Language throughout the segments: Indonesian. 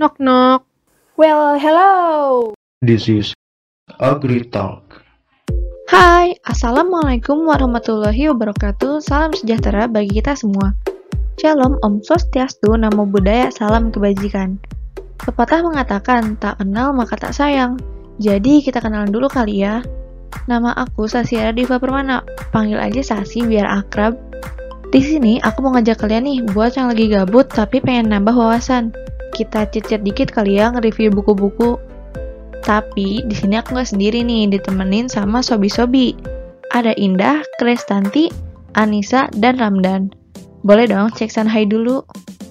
Knock knock. Well, hello. This is Agri Talk. Hai, Assalamualaikum warahmatullahi wabarakatuh. Salam sejahtera bagi kita semua. Shalom, Om Swastiastu, Namo Buddhaya, salam kebajikan. Pepatah mengatakan, tak kenal maka tak sayang. Jadi kita kenalan dulu kali ya. Nama aku Sasiara Diva Permana. Panggil aja Sasi biar akrab. Di sini aku mau ngajak kalian nih buat yang lagi gabut tapi pengen nambah wawasan. Kita chat-chat dikit kali ya nge-review buku-buku. Tapi di sini aku nggak sendiri nih, ditemenin sama sobi-sobi. Ada Indah, Krestanti, Anissa, dan Ramdan. Boleh dong cek san hai dulu.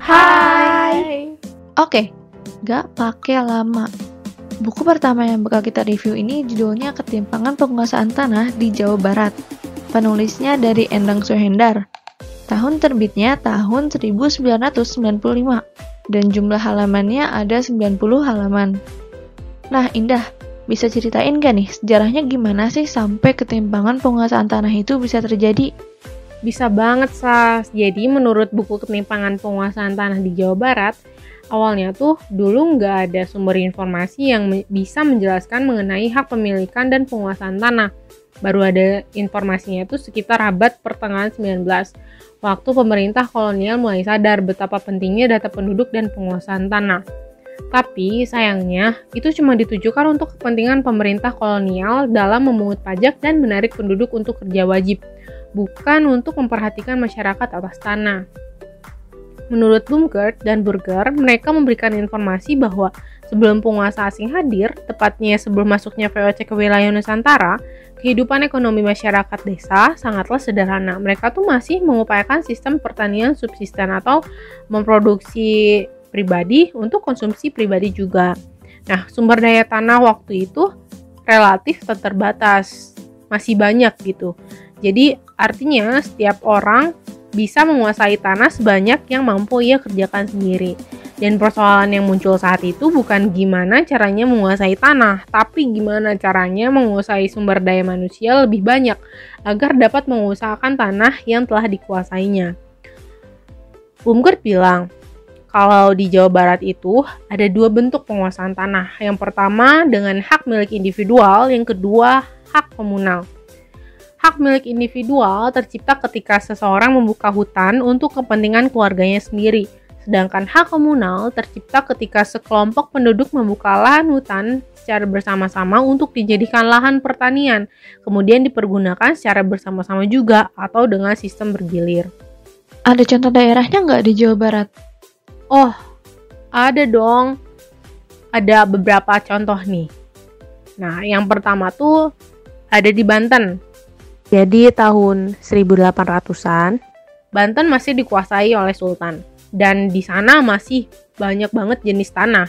Hai. Oke, gak pakai lama. Buku pertama yang bakal kita review ini judulnya Ketimpangan Penguasaan Tanah di Jawa Barat. Penulisnya dari Endang Suhendar. Tahun terbitnya tahun 1995 dan jumlah halamannya ada 90 halaman. Nah, Indah, bisa ceritain gak nih sejarahnya gimana sih sampai ketimpangan penguasaan tanah itu bisa terjadi? Bisa banget, Sas. Jadi menurut buku Ketimpangan Penguasaan Tanah di Jawa Barat, awalnya tuh dulu nggak ada sumber informasi yang bisa menjelaskan mengenai hak pemilikan dan penguasaan tanah. Baru ada informasinya itu sekitar abad pertengahan 19, waktu pemerintah kolonial mulai sadar betapa pentingnya data penduduk dan penguasaan tanah. Tapi sayangnya, itu cuma ditujukan untuk kepentingan pemerintah kolonial dalam memungut pajak dan menarik penduduk untuk kerja wajib, bukan untuk memperhatikan masyarakat atas tanah. Menurut Blumgert dan Burger, mereka memberikan informasi bahwa sebelum penguasa asing hadir, tepatnya sebelum masuknya VOC ke wilayah Nusantara, kehidupan ekonomi masyarakat desa sangatlah sederhana. Mereka tuh masih mengupayakan sistem pertanian subsisten atau memproduksi pribadi untuk konsumsi pribadi juga. Nah, sumber daya tanah waktu itu relatif terbatas, masih banyak gitu. Jadi artinya setiap orang bisa menguasai tanah sebanyak yang mampu ia kerjakan sendiri. Dan persoalan yang muncul saat itu bukan gimana caranya menguasai tanah, tapi gimana caranya menguasai sumber daya manusia lebih banyak agar dapat mengusahakan tanah yang telah dikuasainya. Blumgert bilang, kalau di Jawa Barat itu ada dua bentuk penguasaan tanah. Yang pertama dengan hak milik individual, yang kedua hak komunal. Hak milik individual tercipta ketika seseorang membuka hutan untuk kepentingan keluarganya sendiri. Sedangkan hak komunal tercipta ketika sekelompok penduduk membuka lahan hutan secara bersama-sama untuk dijadikan lahan pertanian, kemudian dipergunakan secara bersama-sama juga atau dengan sistem bergilir. Ada contoh daerahnya nggak di Jawa Barat? Oh, ada dong. Ada beberapa contoh nih. Nah, yang pertama tuh ada di Banten. Jadi tahun 1800-an, Banten masih dikuasai oleh Sultan. Dan di sana masih banyak banget jenis tanah.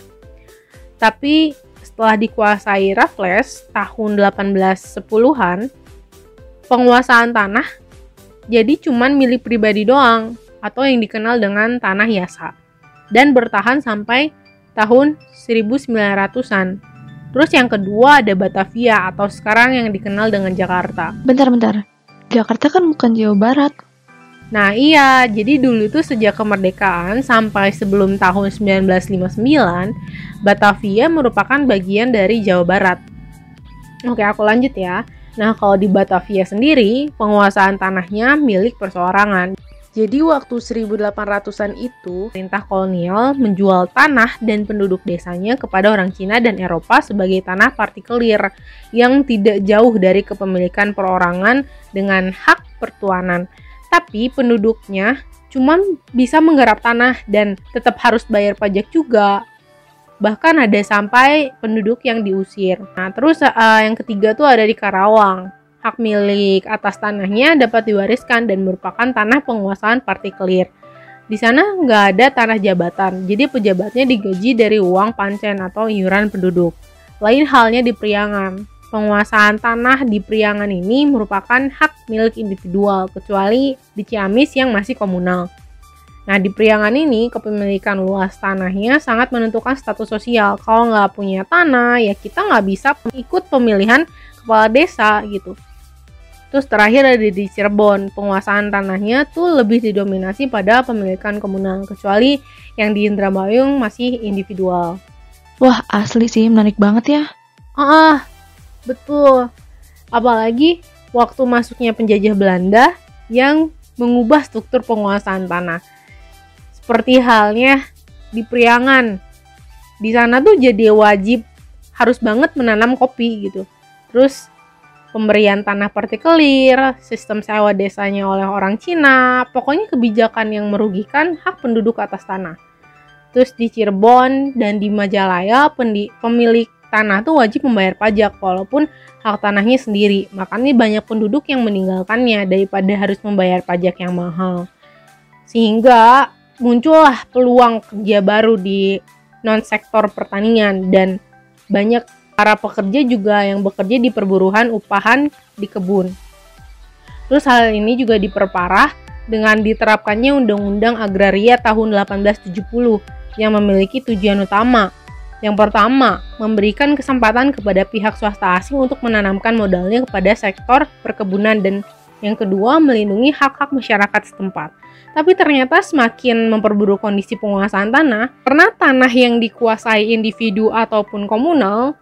Tapi setelah dikuasai Raffles tahun 1810-an, penguasaan tanah jadi cuman milik pribadi doang atau yang dikenal dengan tanah yasa. Dan bertahan sampai tahun 1900-an. Terus yang kedua ada Batavia atau sekarang yang dikenal dengan Jakarta. Bentar. Jakarta kan bukan Jawa Barat. Nah iya, jadi dulu tuh sejak kemerdekaan sampai sebelum tahun 1959, Batavia merupakan bagian dari Jawa Barat. Oke, aku lanjut ya. Nah, kalau di Batavia sendiri, penguasaan tanahnya milik perseorangan. Jadi waktu 1800-an itu, perintah kolonial menjual tanah dan penduduk desanya kepada orang Cina dan Eropa sebagai tanah partikelir yang tidak jauh dari kepemilikan perorangan dengan hak pertuanan. Tapi penduduknya cuma bisa menggarap tanah dan tetap harus bayar pajak juga. Bahkan ada sampai penduduk yang diusir. Nah, terus yang ketiga tuh ada di Karawang. Hak milik atas tanahnya dapat diwariskan dan merupakan tanah penguasaan partikelir. Di sana nggak ada tanah jabatan, jadi pejabatnya digaji dari uang pancen atau iuran penduduk. Lain halnya di Priangan. Penguasaan tanah di Priangan ini merupakan hak milik individual, kecuali di Ciamis yang masih komunal. Nah, di Priangan ini, kepemilikan luas tanahnya sangat menentukan status sosial. Kalau nggak punya tanah, ya kita nggak bisa ikut pemilihan kepala desa gitu. Terus terakhir ada di Cirebon, penguasaan tanahnya tuh lebih didominasi pada pemilikan komunal, kecuali yang di Indramayu masih individual. Wah, asli sih, menarik banget ya. Betul. Apalagi waktu masuknya penjajah Belanda yang mengubah struktur penguasaan tanah. Seperti halnya di Priangan. Di sana tuh jadi wajib harus banget menanam kopi gitu. Terus pemberian tanah partikelir, sistem sewa desanya oleh orang Cina, pokoknya kebijakan yang merugikan hak penduduk atas tanah. Terus di Cirebon dan di Majalaya pemilik tanah tuh wajib membayar pajak walaupun hak tanahnya sendiri. Makanya banyak penduduk yang meninggalkannya daripada harus membayar pajak yang mahal. Sehingga muncullah peluang kerja baru di non-sektor pertanian dan banyak para pekerja juga yang bekerja di perburuan upahan di kebun. Terus hal ini juga diperparah dengan diterapkannya Undang-Undang Agraria tahun 1870 yang memiliki tujuan utama. Yang pertama, memberikan kesempatan kepada pihak swasta asing untuk menanamkan modalnya kepada sektor perkebunan dan yang kedua, melindungi hak-hak masyarakat setempat. Tapi ternyata semakin memperburuk kondisi penguasaan tanah, karena tanah yang dikuasai individu ataupun komunal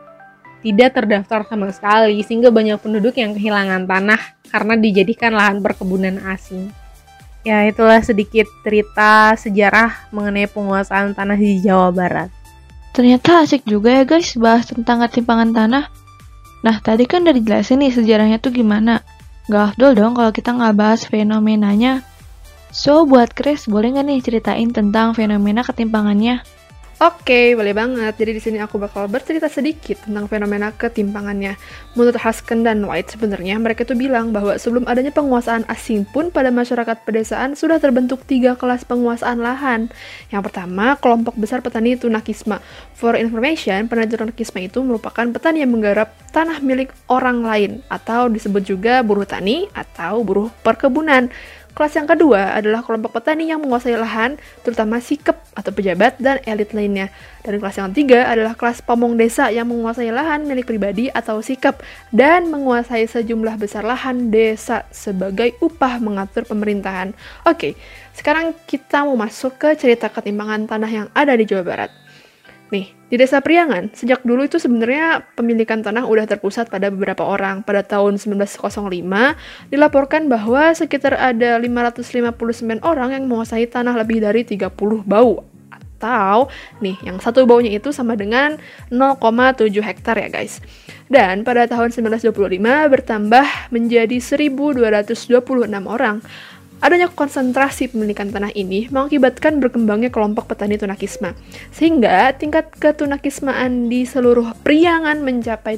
tidak terdaftar sama sekali, sehingga banyak penduduk yang kehilangan tanah karena dijadikan lahan perkebunan asing. Ya, itulah sedikit cerita sejarah mengenai penguasaan tanah di Jawa Barat. Ternyata asik juga ya guys bahas tentang ketimpangan tanah. Nah, tadi kan udah dijelasin nih sejarahnya tuh gimana. Gak afdol dong kalau kita nggak bahas fenomenanya. So, buat Chris, boleh nggak nih ceritain tentang fenomena ketimpangannya? Oke, boleh banget. Jadi di sini aku bakal bercerita sedikit tentang fenomena ketimpangannya. Menurut Hasken dan White, sebenarnya mereka tuh bilang bahwa sebelum adanya penguasaan asing pun pada masyarakat pedesaan sudah terbentuk 3 kelas penguasaan lahan. Yang pertama, kelompok besar petani tunakisma. For information, petani tunakisma itu merupakan petani yang menggarap tanah milik orang lain, atau disebut juga buruh tani atau buruh perkebunan. Kelas yang kedua adalah kelompok petani yang menguasai lahan, terutama sikep atau pejabat dan elit lainnya. Dan kelas yang ketiga adalah kelas pamong desa yang menguasai lahan milik pribadi atau sikep dan menguasai sejumlah besar lahan desa sebagai upah mengatur pemerintahan. Oke, sekarang kita mau masuk ke cerita ketimpangan tanah yang ada di Jawa Barat. Nih, di Desa Priangan, sejak dulu itu sebenarnya pemilikan tanah udah terpusat pada beberapa orang. Pada tahun 1905, dilaporkan bahwa sekitar ada 559 orang yang menguasai tanah lebih dari 30 bau. Atau, nih, yang satu baunya itu sama dengan 0,7 hektar ya guys. Dan pada tahun 1925 bertambah menjadi 1.226 orang. Adanya konsentrasi pemilikan tanah ini mengakibatkan berkembangnya kelompok petani tunakisma, sehingga tingkat ketunakismaan di seluruh Priangan mencapai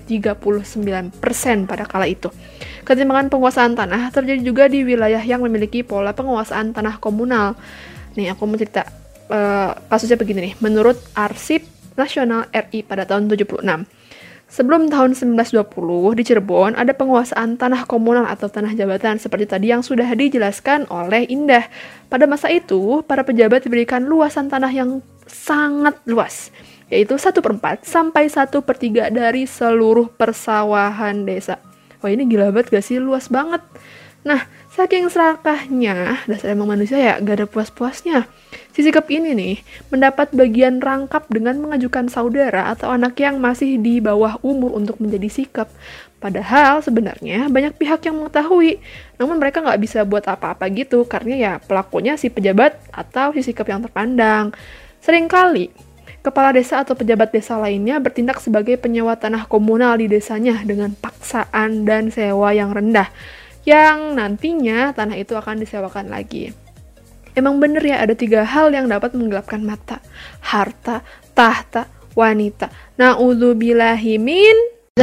39% pada kala itu. Ketimpangan penguasaan tanah terjadi juga di wilayah yang memiliki pola penguasaan tanah komunal. Nih, aku mau cerita kasusnya begini nih. Menurut Arsip Nasional RI pada tahun 76, sebelum tahun 1920, di Cirebon ada penguasaan tanah komunal atau tanah jabatan seperti tadi yang sudah dijelaskan oleh Indah. Pada masa itu, para pejabat diberikan luasan tanah yang sangat luas, yaitu 1/4 sampai 1/3 dari seluruh persawahan desa. Wah, ini gila banget gak sih? Luas banget. Nah, saking serakahnya, dasar emang manusia ya gak ada puas-puasnya. Si sikep ini nih, mendapat bagian rangkap dengan mengajukan saudara atau anak yang masih di bawah umur untuk menjadi sikep. Padahal sebenarnya banyak pihak yang mengetahui, namun mereka nggak bisa buat apa-apa gitu, karena ya pelakunya si pejabat atau si sikep yang terpandang. Seringkali, kepala desa atau pejabat desa lainnya bertindak sebagai penyewa tanah komunal di desanya dengan paksaan dan sewa yang rendah, yang nantinya tanah itu akan disewakan lagi. Emang bener ya, ada 3 hal yang dapat menggelapkan mata: harta, tahta, wanita. Na'udzubillahi min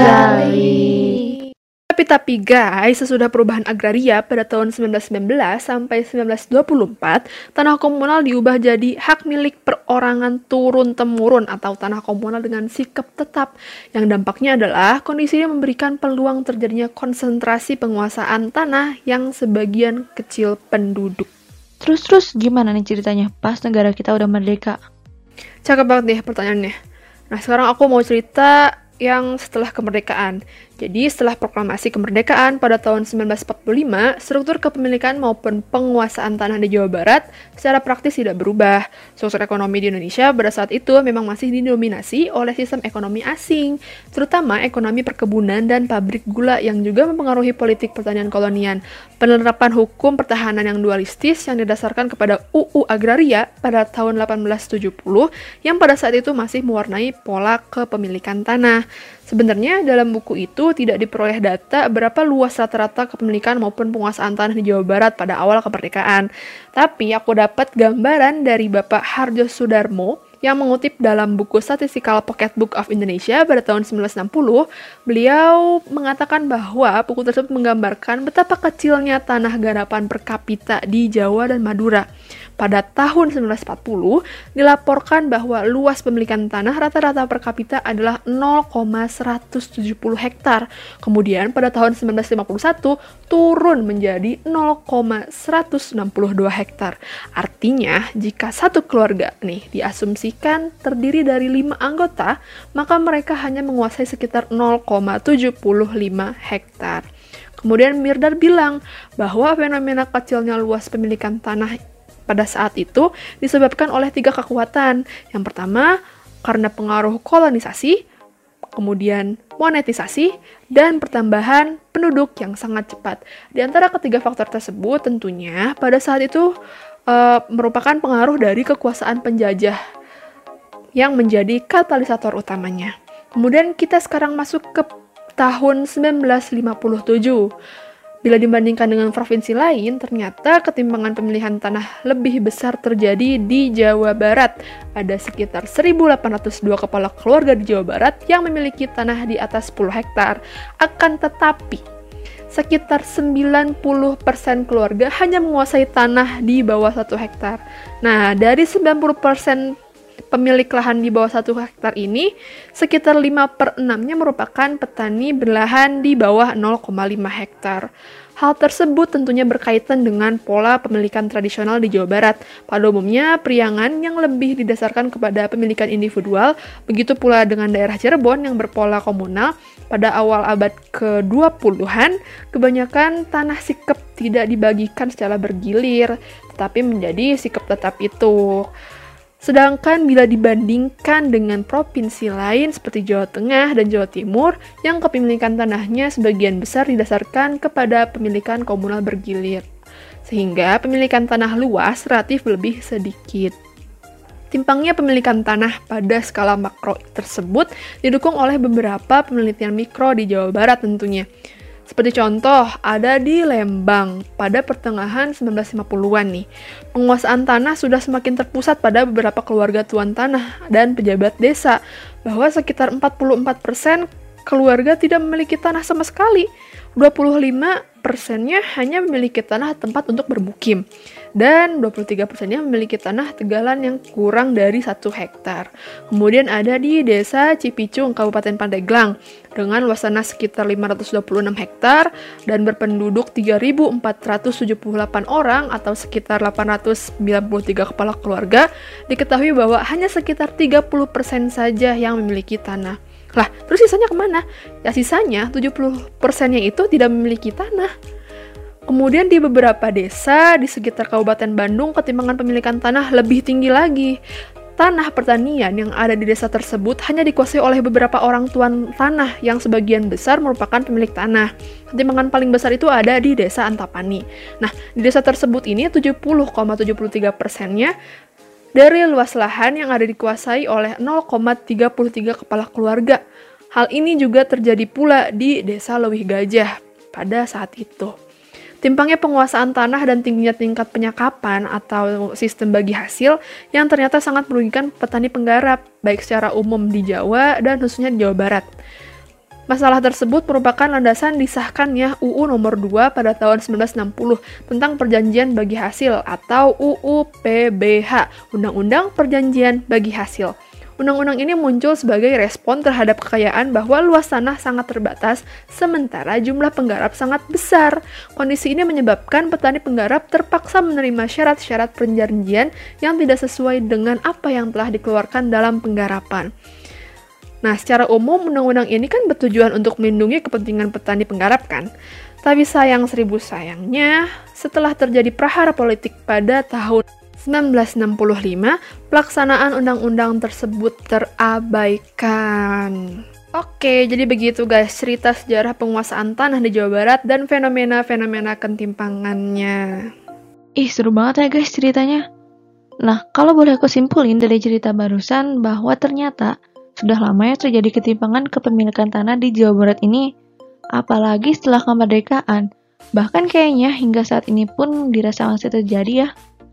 dzalik. Tapi guys, sesudah perubahan agraria pada tahun 1919 sampai 1924, tanah komunal diubah jadi hak milik perorangan turun-temurun atau tanah komunal dengan sikap tetap. Yang dampaknya adalah kondisinya memberikan peluang terjadinya konsentrasi penguasaan tanah yang sebagian kecil penduduk. Terus gimana nih ceritanya pas negara kita udah merdeka? Cakep banget deh pertanyaannya. Nah, sekarang aku mau cerita yang setelah kemerdekaan. Jadi setelah proklamasi kemerdekaan pada tahun 1945, struktur kepemilikan maupun penguasaan tanah di Jawa Barat secara praktis tidak berubah. Struktur ekonomi di Indonesia pada saat itu memang masih didominasi oleh sistem ekonomi asing, terutama ekonomi perkebunan dan pabrik gula yang juga mempengaruhi politik pertanian kolonial. Penerapan hukum pertahanan yang dualistis yang didasarkan kepada UU Agraria pada tahun 1870 yang pada saat itu masih mewarnai pola kepemilikan tanah. Sebenarnya dalam buku itu tidak diperoleh data berapa luas rata-rata kepemilikan maupun penguasaan tanah di Jawa Barat pada awal kemerdekaan. Tapi aku dapat gambaran dari Bapak Harjo Sudarmo yang mengutip dalam buku Statistical Pocketbook of Indonesia pada tahun 1960, beliau mengatakan bahwa buku tersebut menggambarkan betapa kecilnya tanah garapan per kapita di Jawa dan Madura. Pada tahun 1940, dilaporkan bahwa luas pemilikan tanah rata-rata per kapita adalah 0,170 hektar. Kemudian pada tahun 1951, turun menjadi 0,162 hektar. Artinya, jika satu keluarga diasumsikan terdiri dari 5 anggota, maka mereka hanya menguasai sekitar 0,75 hektar. Kemudian Mirdad bilang bahwa fenomena kecilnya luas pemilikan tanah pada saat itu disebabkan oleh 3 kekuatan. Yang pertama, karena pengaruh kolonisasi, kemudian monetisasi, dan pertambahan penduduk yang sangat cepat. Di antara ketiga faktor tersebut tentunya pada saat itu merupakan pengaruh dari kekuasaan penjajah yang menjadi katalisator utamanya. Kemudian kita sekarang masuk ke tahun 1957. Bila dibandingkan dengan provinsi lain, ternyata ketimpangan pemilihan tanah lebih besar terjadi di Jawa Barat. Ada sekitar 1.802 kepala keluarga di Jawa Barat yang memiliki tanah di atas 10 hektar. Akan tetapi, sekitar 90% keluarga hanya menguasai tanah di bawah 1 hektar. Nah, dari 90% pemilik lahan di bawah 1 hektar ini, sekitar 5/6-nya merupakan petani berlahan di bawah 0,5 hektar. Hal tersebut tentunya berkaitan dengan pola pemilikan tradisional di Jawa Barat. Pada umumnya, priangan yang lebih didasarkan kepada pemilikan individual, begitu pula dengan daerah Cirebon yang berpola komunal. Pada awal abad ke-20-an, kebanyakan tanah sikep tidak dibagikan secara bergilir, tetapi menjadi sikep tetap itu. Sedangkan bila dibandingkan dengan provinsi lain seperti Jawa Tengah dan Jawa Timur, yang kepemilikan tanahnya sebagian besar didasarkan kepada pemilikan komunal bergilir, sehingga pemilikan tanah luas relatif lebih sedikit. Timpangnya pemilikan tanah pada skala makro tersebut didukung oleh beberapa penelitian mikro di Jawa Barat tentunya. Seperti contoh, ada di Lembang pada pertengahan 1950-an nih. Penguasaan tanah sudah semakin terpusat pada beberapa keluarga tuan tanah dan pejabat desa, bahwa sekitar 44% keluarga tidak memiliki tanah sama sekali. 25%-nya hanya memiliki tanah tempat untuk bermukim, dan 23%-nya memiliki tanah tegalan yang kurang dari 1 hektar. Kemudian ada di desa Cipicung, Kabupaten Pandeglang, dengan luas tanah sekitar 526 hektar dan berpenduduk 3.478 orang atau sekitar 893 kepala keluarga. Diketahui bahwa hanya sekitar 30% saja yang memiliki tanah. Lah, terus sisanya kemana? Ya sisanya 70%-nya itu tidak memiliki tanah. Kemudian di beberapa desa di sekitar Kabupaten Bandung, ketimpangan pemilikan tanah lebih tinggi lagi. Tanah pertanian yang ada di desa tersebut hanya dikuasai oleh beberapa orang tuan tanah yang sebagian besar merupakan pemilik tanah. Ketimpangan paling besar itu ada di desa Antapani. Nah, di desa tersebut ini 70,73%-nya dari luas lahan yang ada dikuasai oleh 0,33 kepala keluarga. Hal ini juga terjadi pula di desa Leuwih Gajah pada saat itu. Timpangnya penguasaan tanah dan tingginya tingkat penyakapan atau sistem bagi hasil yang ternyata sangat merugikan petani penggarap, baik secara umum di Jawa dan khususnya di Jawa Barat. Masalah tersebut merupakan landasan disahkannya UU nomor 2 pada tahun 1960 tentang Perjanjian Bagi Hasil atau UU PBH, Undang-Undang Perjanjian Bagi Hasil. Undang-undang ini muncul sebagai respon terhadap kekayaan bahwa luas tanah sangat terbatas, sementara jumlah penggarap sangat besar. Kondisi ini menyebabkan petani penggarap terpaksa menerima syarat-syarat perjanjian yang tidak sesuai dengan apa yang telah dikeluarkan dalam penggarapan. Nah, secara umum undang-undang ini kan bertujuan untuk melindungi kepentingan petani penggarap kan. Tapi sayang seribu sayangnya, setelah terjadi prahara politik pada tahun 1965, pelaksanaan undang-undang tersebut terabaikan. Oke, jadi begitu guys cerita sejarah penguasaan tanah di Jawa Barat dan fenomena-fenomena ketimpangannya. Ih, seru banget ya guys ceritanya. Nah, kalau boleh aku simpulin dari cerita barusan bahwa ternyata sudah lama ya terjadi ketimpangan kepemilikan tanah di Jawa Barat ini, apalagi setelah kemerdekaan. Bahkan kayaknya hingga saat ini pun dirasa masih terjadi ya.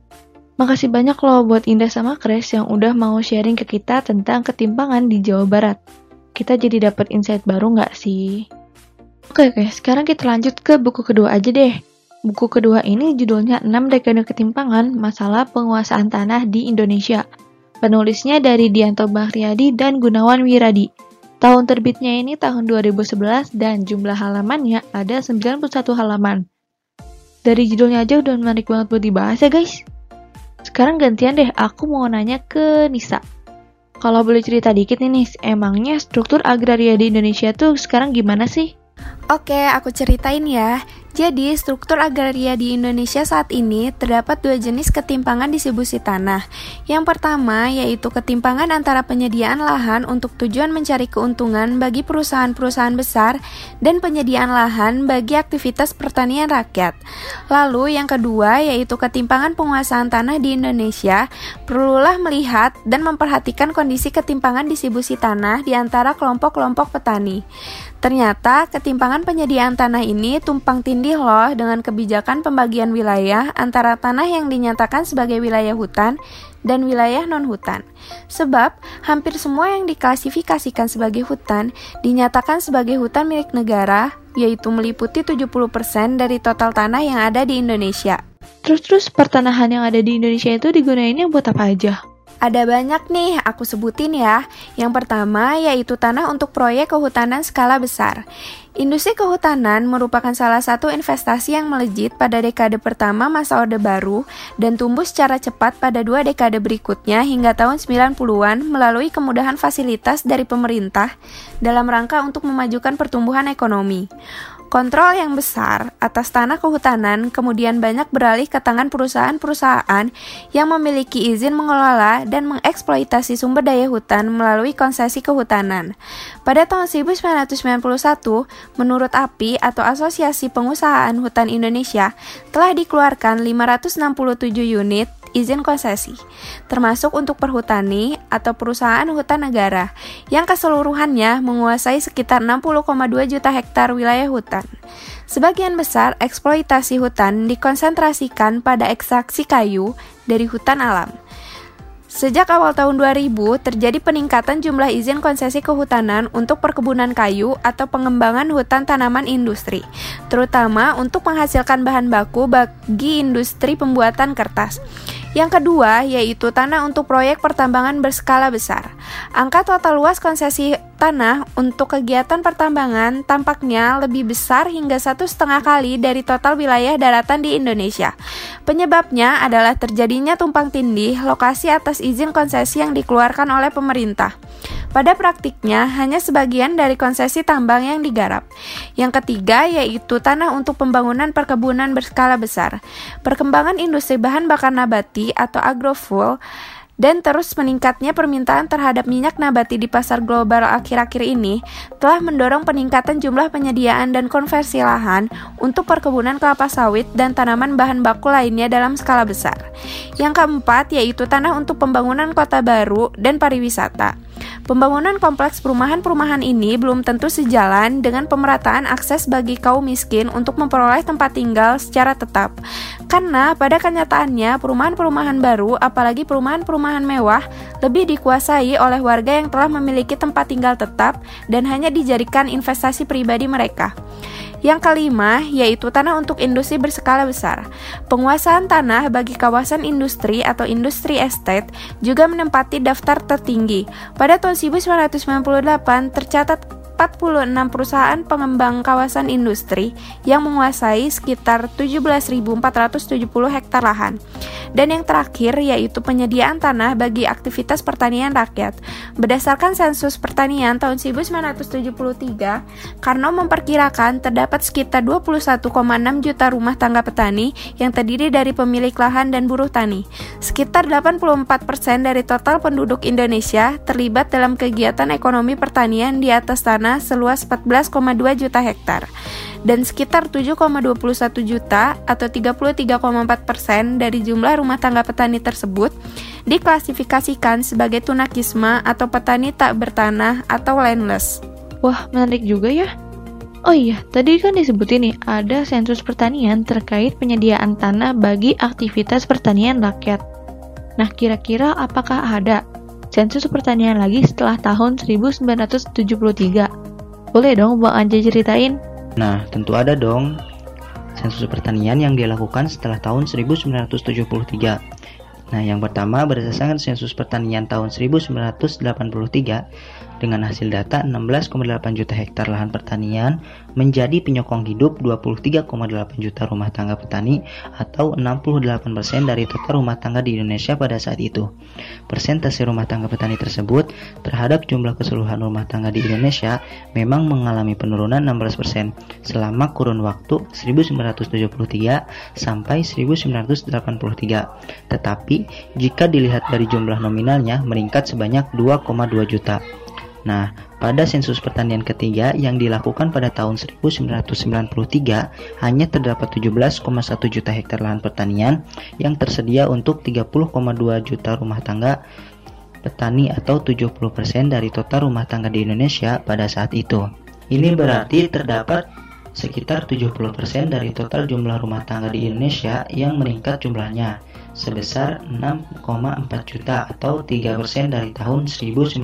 Makasih banyak loh buat Indah sama Kres yang udah mau sharing ke kita tentang ketimpangan di Jawa Barat. Kita jadi dapat insight baru nggak sih? Oke, sekarang kita lanjut ke buku kedua aja deh. Buku kedua ini judulnya 6 Dekade Ketimpangan Masalah Penguasaan Tanah di Indonesia. Penulisnya dari Dianto Bahriyadi dan Gunawan Wiradi. Tahun terbitnya ini tahun 2011 dan jumlah halamannya ada 91 halaman. Dari judulnya aja udah menarik banget buat dibahas ya guys. Sekarang gantian deh, aku mau nanya ke Nisa. Kalau boleh cerita dikit nih Nis, emangnya struktur agraria di Indonesia tuh sekarang gimana sih? Oke, aku ceritain ya. Jadi, struktur agraria di Indonesia saat ini terdapat 2 jenis ketimpangan distribusi tanah. Yang pertama yaitu ketimpangan antara penyediaan lahan untuk tujuan mencari keuntungan bagi perusahaan-perusahaan besar dan penyediaan lahan bagi aktivitas pertanian rakyat. Lalu yang kedua yaitu ketimpangan penguasaan tanah di Indonesia. Perlulah melihat dan memperhatikan kondisi ketimpangan distribusi tanah di antara kelompok-kelompok petani. Ternyata ketimpangan penyediaan tanah ini tumpang tindih loh dengan kebijakan pembagian wilayah antara tanah yang dinyatakan sebagai wilayah hutan dan wilayah non-hutan. Sebab hampir semua yang diklasifikasikan sebagai hutan dinyatakan sebagai hutan milik negara, yaitu meliputi 70% dari total tanah yang ada di Indonesia. Terus pertanahan yang ada di Indonesia itu digunainnya buat apa aja? Ada banyak nih, aku sebutin ya. Yang pertama yaitu tanah untuk proyek kehutanan skala besar. Industri kehutanan merupakan salah satu investasi yang melejit pada dekade pertama masa Orde Baru dan tumbuh secara cepat pada 2 dekade berikutnya hingga tahun 90-an melalui kemudahan fasilitas dari pemerintah dalam rangka untuk memajukan pertumbuhan ekonomi. Kontrol yang besar atas tanah kehutanan kemudian banyak beralih ke tangan perusahaan-perusahaan yang memiliki izin mengelola dan mengeksploitasi sumber daya hutan melalui konsesi kehutanan. Pada tahun 1991, menurut API atau Asosiasi Pengusahaan Hutan Indonesia, telah dikeluarkan 567 unit izin konsesi, termasuk untuk perhutani atau perusahaan hutan negara, yang keseluruhannya menguasai sekitar 60,2 juta hektar wilayah hutan. Sebagian besar eksploitasi hutan dikonsentrasikan pada ekstraksi kayu dari hutan alam. Sejak awal tahun 2000, terjadi peningkatan jumlah izin konsesi kehutanan untuk perkebunan kayu atau pengembangan hutan tanaman industri, terutama untuk menghasilkan bahan baku bagi industri pembuatan kertas. Yang kedua, yaitu tanah untuk proyek pertambangan berskala besar. Angka total luas konsesi tanah untuk kegiatan pertambangan tampaknya lebih besar hingga 1,5 kali dari total wilayah daratan di Indonesia. Penyebabnya adalah terjadinya tumpang tindih lokasi atas izin konsesi yang dikeluarkan oleh pemerintah. Pada praktiknya, hanya sebagian dari konsesi tambang yang digarap. Yang ketiga, yaitu tanah untuk pembangunan perkebunan berskala besar. Perkembangan industri bahan bakar nabati atau agrofuel dan terus meningkatnya permintaan terhadap minyak nabati di pasar global akhir-akhir ini telah mendorong peningkatan jumlah penyediaan dan konversi lahan untuk perkebunan kelapa sawit dan tanaman bahan baku lainnya dalam skala besar. Yang keempat, yaitu tanah untuk pembangunan kota baru dan pariwisata. Pembangunan kompleks perumahan-perumahan ini belum tentu sejalan dengan pemerataan akses bagi kaum miskin untuk memperoleh tempat tinggal secara tetap. Karena pada kenyataannya perumahan-perumahan baru, apalagi perumahan-perumahan mewah, lebih dikuasai oleh warga yang telah memiliki tempat tinggal tetap dan hanya dijadikan investasi pribadi mereka. Yang kelima, yaitu tanah untuk industri berskala besar. Penguasaan tanah bagi kawasan industri atau industri estate juga menempati daftar tertinggi. Pada tahun 1998 tercatat 46 perusahaan pengembang kawasan industri yang menguasai sekitar 17.470 hektar lahan. Dan yang terakhir yaitu penyediaan tanah bagi aktivitas pertanian rakyat. Berdasarkan sensus pertanian tahun 1973, Karno memperkirakan terdapat sekitar 21,6 juta rumah tangga petani yang terdiri dari pemilik lahan dan buruh tani. Sekitar 84% dari total penduduk Indonesia terlibat dalam kegiatan ekonomi pertanian di atas tanah seluas 14,2 juta hektar. Dan sekitar 7,21 juta atau 33,4% dari jumlah rumah tangga petani tersebut diklasifikasikan sebagai tunakisma atau petani tak bertanah atau landless. Wah, menarik juga ya. Oh iya, tadi kan disebutin nih ada sensus pertanian terkait penyediaan tanah bagi aktivitas pertanian rakyat. Nah, kira-kira apakah ada sensus pertanian lagi setelah tahun 1973? Boleh dong Bang Anja ceritain? Nah, tentu ada dong sensus pertanian yang dilakukan setelah tahun 1973. Nah, yang pertama berdasarkan sensus pertanian tahun 1983 dengan hasil data 16,8 juta hektar lahan pertanian menjadi penyokong hidup 23,8 juta rumah tangga petani atau 68% dari total rumah tangga di Indonesia pada saat itu. Persentase rumah tangga petani tersebut terhadap jumlah keseluruhan rumah tangga di Indonesia memang mengalami penurunan 16% selama kurun waktu 1973 sampai 1983. Tetapi jika dilihat dari jumlah nominalnya meningkat sebanyak 2,2 juta. Nah, pada sensus pertanian ketiga yang dilakukan pada tahun 1993 hanya terdapat 17,1 juta hektar lahan pertanian yang tersedia untuk 30,2 juta rumah tangga petani atau 70% dari total rumah tangga di Indonesia pada saat itu. Ini berarti terdapat sekitar 70% dari total jumlah rumah tangga di Indonesia yang meningkat jumlahnya sebesar 6,4 juta atau 3% dari tahun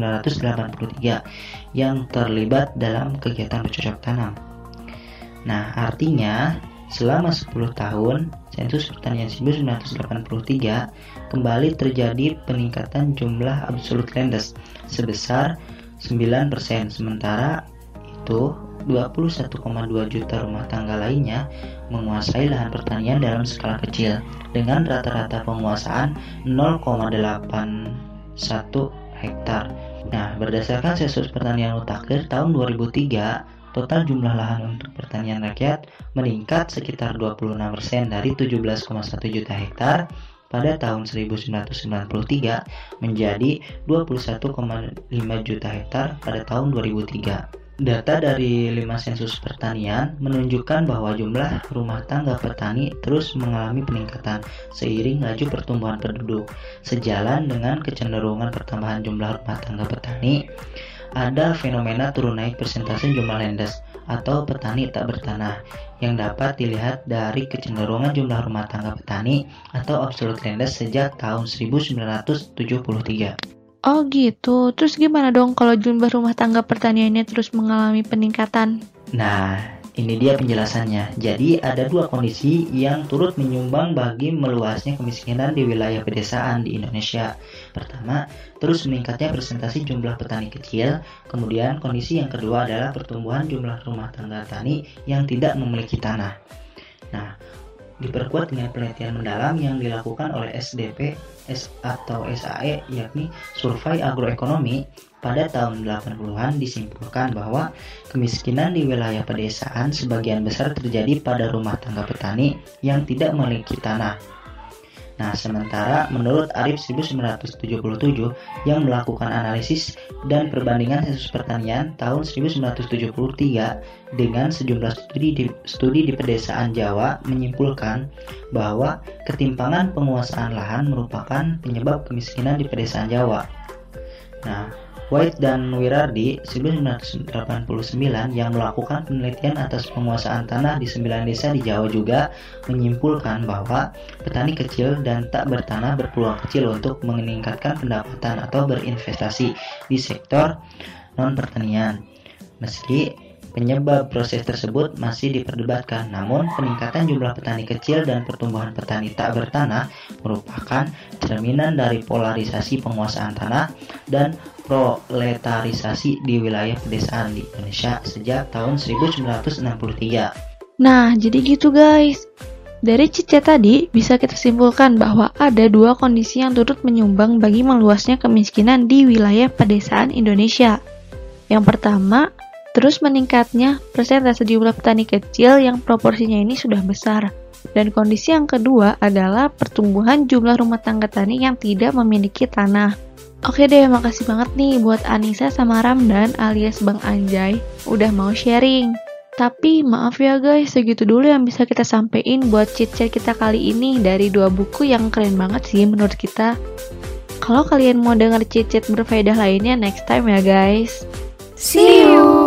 1983 yang terlibat dalam kegiatan bercocok tanam. Nah, artinya selama 10 tahun sensus pertanian 1983 kembali terjadi peningkatan jumlah absolute landes sebesar 9%, sementara itu 21,2 juta rumah tangga lainnya menguasai lahan pertanian dalam skala kecil dengan rata-rata penguasaan 0,81 hektar. Nah, berdasarkan sensus pertanian Mutakhir tahun 2003, total jumlah lahan untuk pertanian rakyat meningkat sekitar 26% dari 17,1 juta hektar pada tahun 1993 menjadi 21,5 juta hektar pada tahun 2003. Data dari 5 sensus pertanian menunjukkan bahwa jumlah rumah tangga petani terus mengalami peningkatan seiring laju pertumbuhan penduduk. Sejalan dengan kecenderungan pertambahan jumlah rumah tangga petani, ada fenomena turun naik persentase jumlah landes atau petani tak bertanah yang dapat dilihat dari kecenderungan jumlah rumah tangga petani atau absolute landes sejak tahun 1973. Oh gitu, terus gimana dong kalau jumlah rumah tangga pertaniannya terus mengalami peningkatan? Nah, ini dia penjelasannya. Jadi ada dua kondisi yang turut menyumbang bagi meluasnya kemiskinan di wilayah pedesaan di Indonesia. Pertama, terus meningkatnya presentasi jumlah petani kecil. Kemudian kondisi yang kedua adalah pertumbuhan jumlah rumah tangga tani yang tidak memiliki tanah. Nah, diperkuat dengan penelitian mendalam yang dilakukan oleh SDP atau SAE, yakni Survei Agroekonomi pada tahun 80-an, disimpulkan bahwa kemiskinan di wilayah pedesaan sebagian besar terjadi pada rumah tangga petani yang tidak memiliki tanah. Nah, sementara menurut Arif 1977 yang melakukan analisis dan perbandingan sensus pertanian tahun 1973 dengan sejumlah studi di pedesaan Jawa menyimpulkan bahwa ketimpangan penguasaan lahan merupakan penyebab kemiskinan di pedesaan Jawa. Nah, White dan Wirardi 1989 yang melakukan penelitian atas penguasaan tanah di 9 desa di Jawa juga menyimpulkan bahwa petani kecil dan tak bertanah berpeluang kecil untuk meningkatkan pendapatan atau berinvestasi di sektor non-pertanian. Meski penyebab proses tersebut masih diperdebatkan, namun peningkatan jumlah petani kecil dan pertumbuhan petani tak bertanah merupakan cerminan dari polarisasi penguasaan tanah dan proletarisasi di wilayah pedesaan di Indonesia sejak tahun 1963. Nah, jadi gitu guys. Dari cita tadi, bisa kita simpulkan bahwa ada dua kondisi yang turut menyumbang bagi meluasnya kemiskinan di wilayah pedesaan Indonesia. Yang pertama, terus meningkatnya persentase jumlah petani kecil yang proporsinya ini sudah besar. Dan kondisi yang kedua adalah pertumbuhan jumlah rumah tangga tani yang tidak memiliki tanah. Oke deh, makasih banget nih buat Anissa sama Ramdan alias Bang Anjay udah mau sharing. Tapi maaf ya guys, segitu dulu yang bisa kita sampein buat chit-chat kita kali ini dari dua buku yang keren banget sih menurut kita. Kalau kalian mau denger chit-chat berfaedah lainnya next time ya guys. See you!